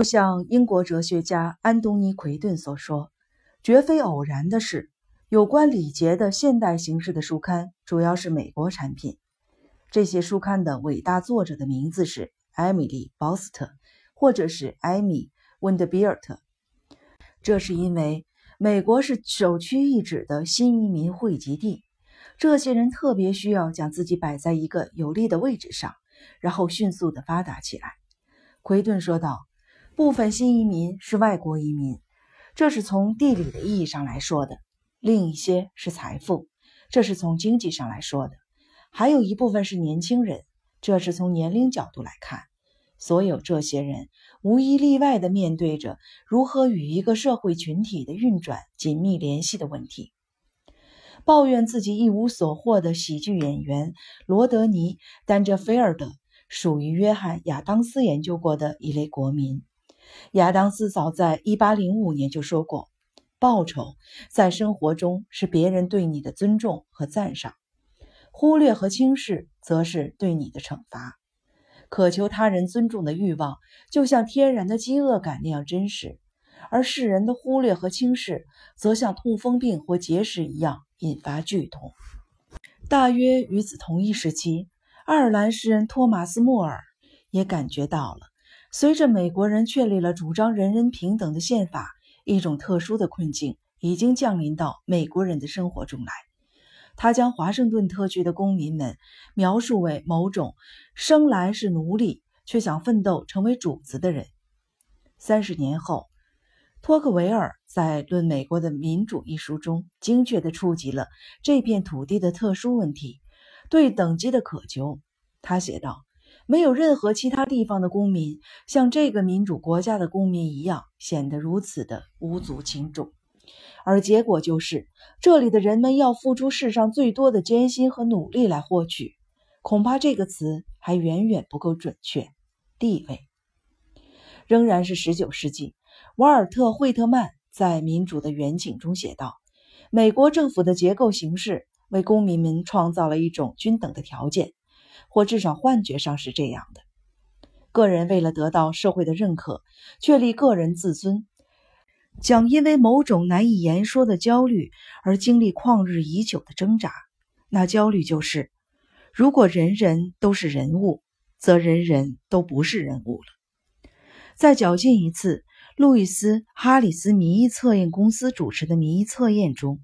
像英国哲学家安东尼·奎顿所说，绝非偶然的是，有关礼节的现代形式的书刊主要是美国产品。这些书刊的伟大作者的名字是艾米丽·鲍斯特，或者是艾米·温德比尔特。这是因为美国是首屈一指的新移民汇集地，这些人特别需要将自己摆在一个有利的位置上，然后迅速地发达起来。奎顿说道，部分新移民是外国移民，这是从地理的意义上来说的；另一些是财富，这是从经济上来说的；还有一部分是年轻人，这是从年龄角度来看。所有这些人无一例外地面对着如何与一个社会群体的运转紧密联系的问题。抱怨自己一无所获的喜剧演员罗德尼·丹哲菲尔德属于约翰·亚当斯研究过的一类国民。亚当斯早在1805年就说过，报酬在生活中是别人对你的尊重和赞赏，忽略和轻视则是对你的惩罚。渴求他人尊重的欲望就像天然的饥饿感那样真实，而世人的忽略和轻视则像痛风病或结石一样引发剧痛。大约与此同一时期，爱尔兰诗人托马斯·莫尔也感觉到了，随着美国人确立了主张人人平等的宪法，一种特殊的困境已经降临到美国人的生活中来。他将华盛顿特区的公民们描述为某种生来是奴隶却想奋斗成为主子的人。30年后，托克维尔在《论美国的民主》一书中精确地触及了这片土地的特殊问题，对等级的渴求。他写道，没有任何其他地方的公民像这个民主国家的公民一样显得如此的无足轻重，而结果就是这里的人们要付出世上最多的艰辛和努力来获取，恐怕这个词还远远不够准确。地位仍然是19世纪，瓦尔特·惠特曼在《民主的远景》中写道，美国政府的结构形式为公民们创造了一种均等的条件，或至少幻觉上是这样的。个人为了得到社会的认可，确立个人自尊，将因为某种难以言说的焦虑而经历旷日已久的挣扎。那焦虑就是，如果人人都是人物，则人人都不是人物了。在较近一次路易斯·哈里斯民意测验公司主持的民意测验中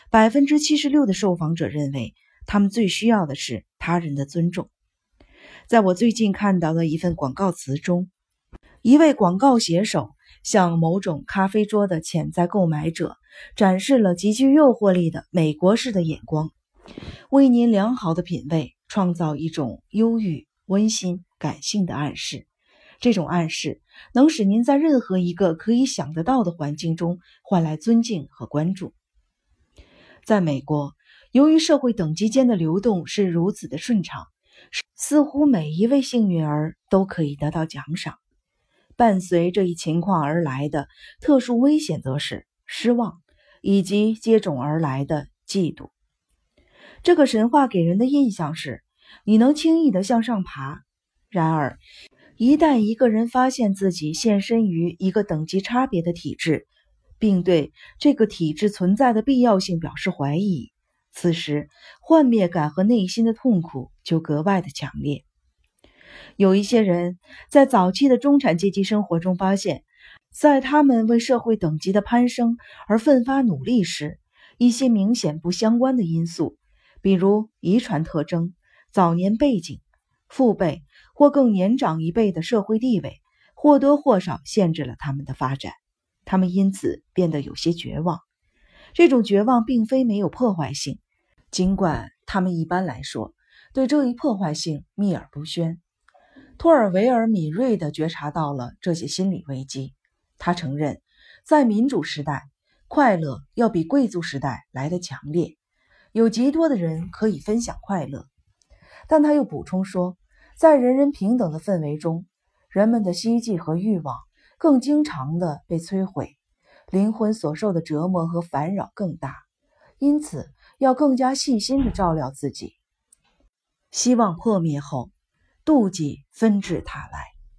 ，76%的受访者认为他们最需要的是他人的尊重。在我最近看到的一份广告词中，一位广告写手向某种咖啡桌的潜在购买者展示了极具诱惑力的美国式的眼光，为您良好的品味创造一种忧郁、温馨、感性的暗示。这种暗示能使您在任何一个可以想得到的环境中换来尊敬和关注。在美国，由于社会等级间的流动是如此的顺畅，似乎每一位幸运儿都可以得到奖赏。伴随这一情况而来的特殊危险则是失望，以及接踵而来的嫉妒。这个神话给人的印象是，你能轻易地向上爬。然而，一旦一个人发现自己现身于一个等级差别的体制，并对这个体制存在的必要性表示怀疑，此时幻灭感和内心的痛苦就格外的强烈。有一些人在早期的中产阶级生活中发现，在他们为社会等级的攀升而奋发努力时，一些明显不相关的因素，比如遗传特征、早年背景、父辈或更年长一辈的社会地位，或多或少限制了他们的发展。他们因此变得有些绝望。这种绝望并非没有破坏性，尽管他们一般来说对这一破坏性秘而不宣。托尔维尔敏锐地觉察到了这些心理危机。他承认，在民主时代，快乐要比贵族时代来得强烈，有极多的人可以分享快乐。但他又补充说，在人人平等的氛围中，人们的希冀和欲望更经常地被摧毁，灵魂所受的折磨和烦扰更大，因此要更加细心地照料自己。希望破灭后，妒忌纷至沓来。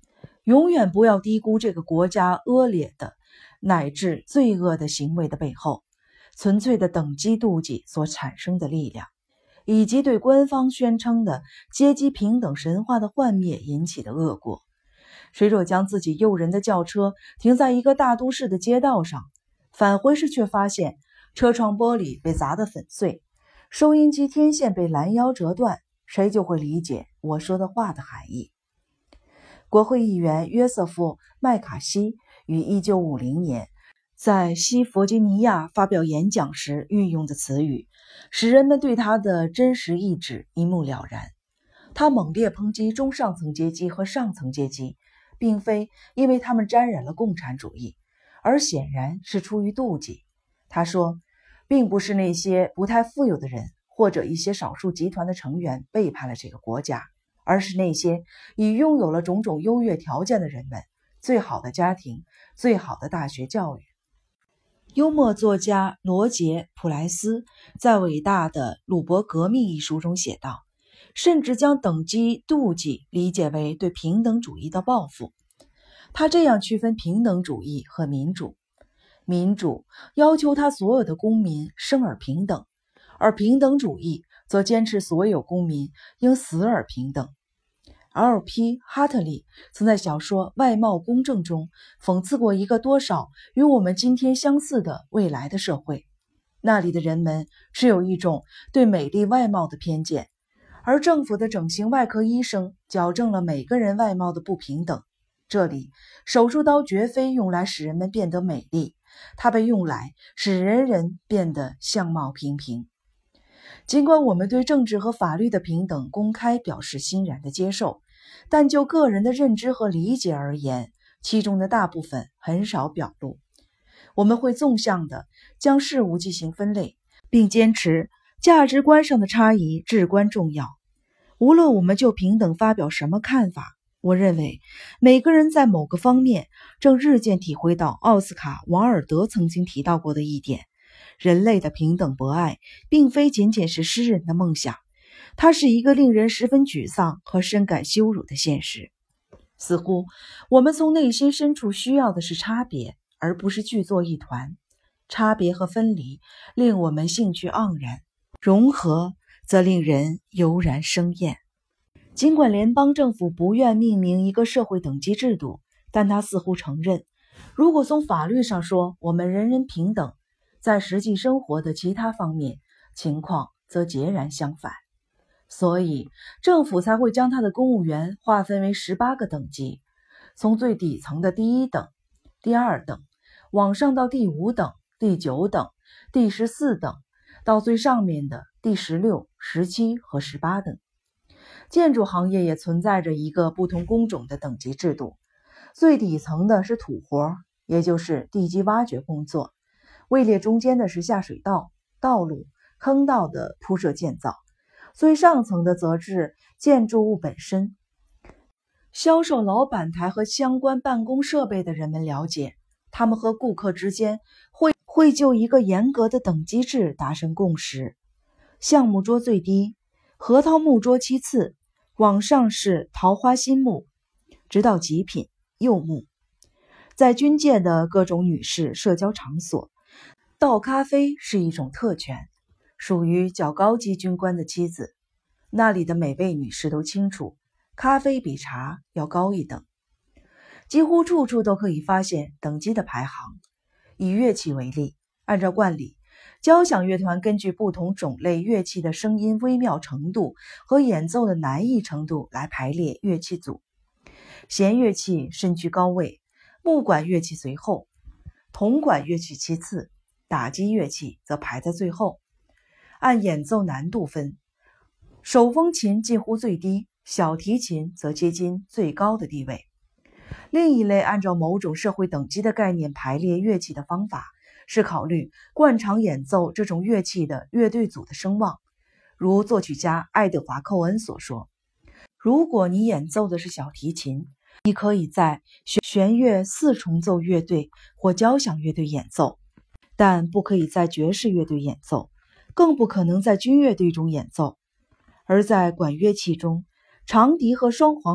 永远不要低估这个国家恶劣的乃至罪恶的行为的背后，纯粹的等级妒忌所产生的力量，以及对官方宣称的阶级平等神话的幻灭引起的恶果。谁若将自己诱人的轿车停在一个大都市的街道上，返回时却发现车窗玻璃被砸得粉碎，收音机天线被拦腰折断，谁就会理解我说的话的含义。国会议员约瑟夫·麦卡锡于1950年在西弗吉尼亚发表演讲时运用的词语，使人们对他的真实意志一目了然。他猛烈抨击中上层阶级和上层阶级，并非因为他们沾染了共产主义，而显然是出于妒忌。他说，并不是那些不太富有的人或者一些少数集团的成员背叛了这个国家，而是那些已拥有了种种优越条件的人们，最好的家庭，最好的大学教育。幽默作家罗杰·普莱斯在伟大的《鲁伯革命》一书中写道，甚至将等级妒忌理解为对平等主义的报复。他这样区分平等主义和民主：民主要求他所有的公民生而平等，而平等主义则坚持所有公民应死而平等。L.P. 哈特利曾在小说《外貌公正》中讽刺过一个多少与我们今天相似的未来的社会，那里的人们持有一种对美丽外貌的偏见，而政府的整形外科医生矫正了每个人外貌的不平等。这里，手术刀绝非用来使人们变得美丽，它被用来使人人变得相貌平平。尽管我们对政治和法律的平等公开表示欣然的接受，但就个人的认知和理解而言，其中的大部分很少表露。我们会纵向地将事物进行分类，并坚持价值观上的差异至关重要。无论我们就平等发表什么看法，我认为每个人在某个方面正日渐体会到奥斯卡·王尔德曾经提到过的一点：人类的平等博爱并非仅仅是诗人的梦想，它是一个令人十分沮丧和深感羞辱的现实。似乎我们从内心深处需要的是差别，而不是聚作一团。差别和分离令我们兴趣盎然，融合则令人油然生厌。尽管联邦政府不愿命名一个社会等级制度，但他似乎承认，如果从法律上说我们人人平等，在实际生活的其他方面，情况则截然相反。所以，政府才会将他的公务员划分为18个等级，从最底层的第1等、第2等，往上到第5等、第9等、第14等，到最上面的第16、17和18等。建筑行业也存在着一个不同工种的等级制度，最底层的是土活，也就是地基挖掘工作，位列中间的是下水道、道路、坑道的铺设建造，最上层的则是建筑物本身。销售老板台和相关办公设备的人们了解，他们和顾客之间会就一个严格的等级制达成共识。橡木桌最低，核桃木桌其次，往上是桃花心木，直到极品柚木。在军界的各种女士社交场所，倒咖啡是一种特权，属于较高级军官的妻子。那里的每位女士都清楚，咖啡比茶要高一等。几乎处处都可以发现等级的排行。以乐器为例，按照惯例，交响乐团根据不同种类乐器的声音微妙程度和演奏的难易程度来排列乐器组。弦乐器身居高位，木管乐器随后，铜管乐器其次，打击乐器则排在最后。按演奏难度分，手风琴近乎最低，小提琴则接近最高的地位。另一类按照某种社会等级的概念排列乐器的方法，是考虑惯常演奏这种乐器的乐队组的声望。如作曲家爱德华·寇恩所说，如果你演奏的是小提琴，你可以在弦乐4重奏乐队或交响乐队演奏，但不可以在爵士乐队演奏，更不可能在军乐队中演奏。而在管乐器中，长笛和双簧管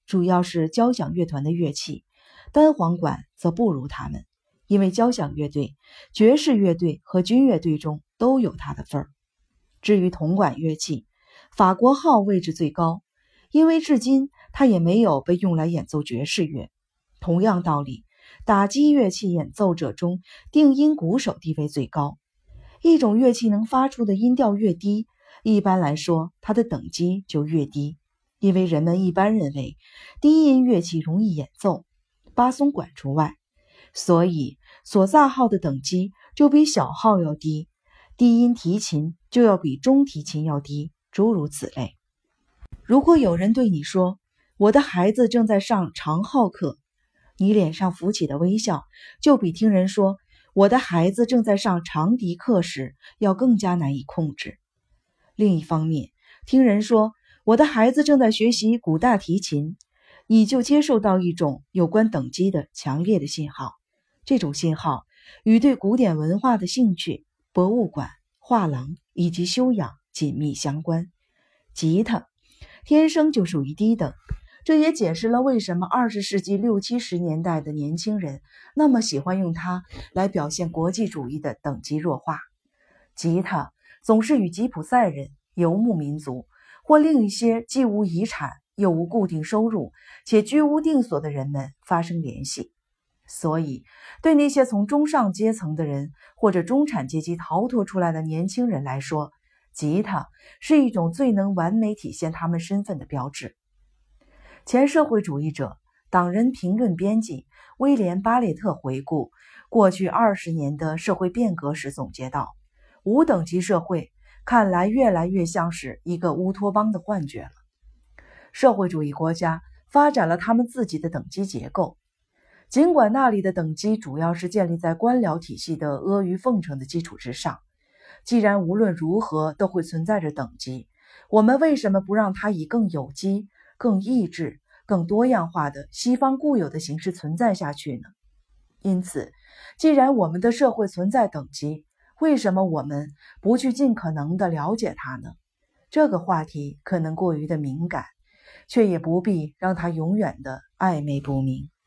主要是交响乐团的乐器，单簧管则不如他们，因为交响乐队、爵士乐队和军乐队中都有它的份儿。至于铜管乐器，法国号位置最高，因为至今它也没有被用来演奏爵士乐。同样道理，打击乐器演奏者中，定音鼓手地位最高。一种乐器能发出的音调越低，一般来说它的等级就越低，因为人们一般认为低音乐器容易演奏，巴松管除外，所以索萨号的等级就比小号要低，低音提琴就要比中提琴要低，诸如此类。如果有人对你说，我的孩子正在上长号课，你脸上浮起的微笑就比听人说我的孩子正在上长笛课时要更加难以控制。另一方面，听人说我的孩子正在学习古大提琴，你就接受到一种有关等级的强烈的信号。这种信号与对古典文化的兴趣、博物馆、画廊以及修养紧密相关。吉他天生就属于低等，这也解释了为什么20世纪60、70年代的年轻人那么喜欢用它来表现国际主义的等级弱化。吉他总是与吉普赛人、游牧民族或另一些既无遗产又无固定收入且居无定所的人们发生联系。所以，对那些从中上阶层的人或者中产阶级逃脱出来的年轻人来说，吉他是一种最能完美体现他们身份的标志。前社会主义者、党人评论编辑威廉·巴列特回顾过去20年的社会变革时总结道，无等级社会看来越来越像是一个乌托邦的幻觉了。社会主义国家发展了他们自己的等级结构，尽管那里的等级主要是建立在官僚体系的阿谀奉承的基础之上。既然无论如何都会存在着等级，我们为什么不让它以更有机、更益智、更多样化的西方固有的形式存在下去呢？因此，既然我们的社会存在等级，为什么我们不去尽可能地了解它呢？这个话题可能过于的敏感，却也不必让它永远的暧昧不明。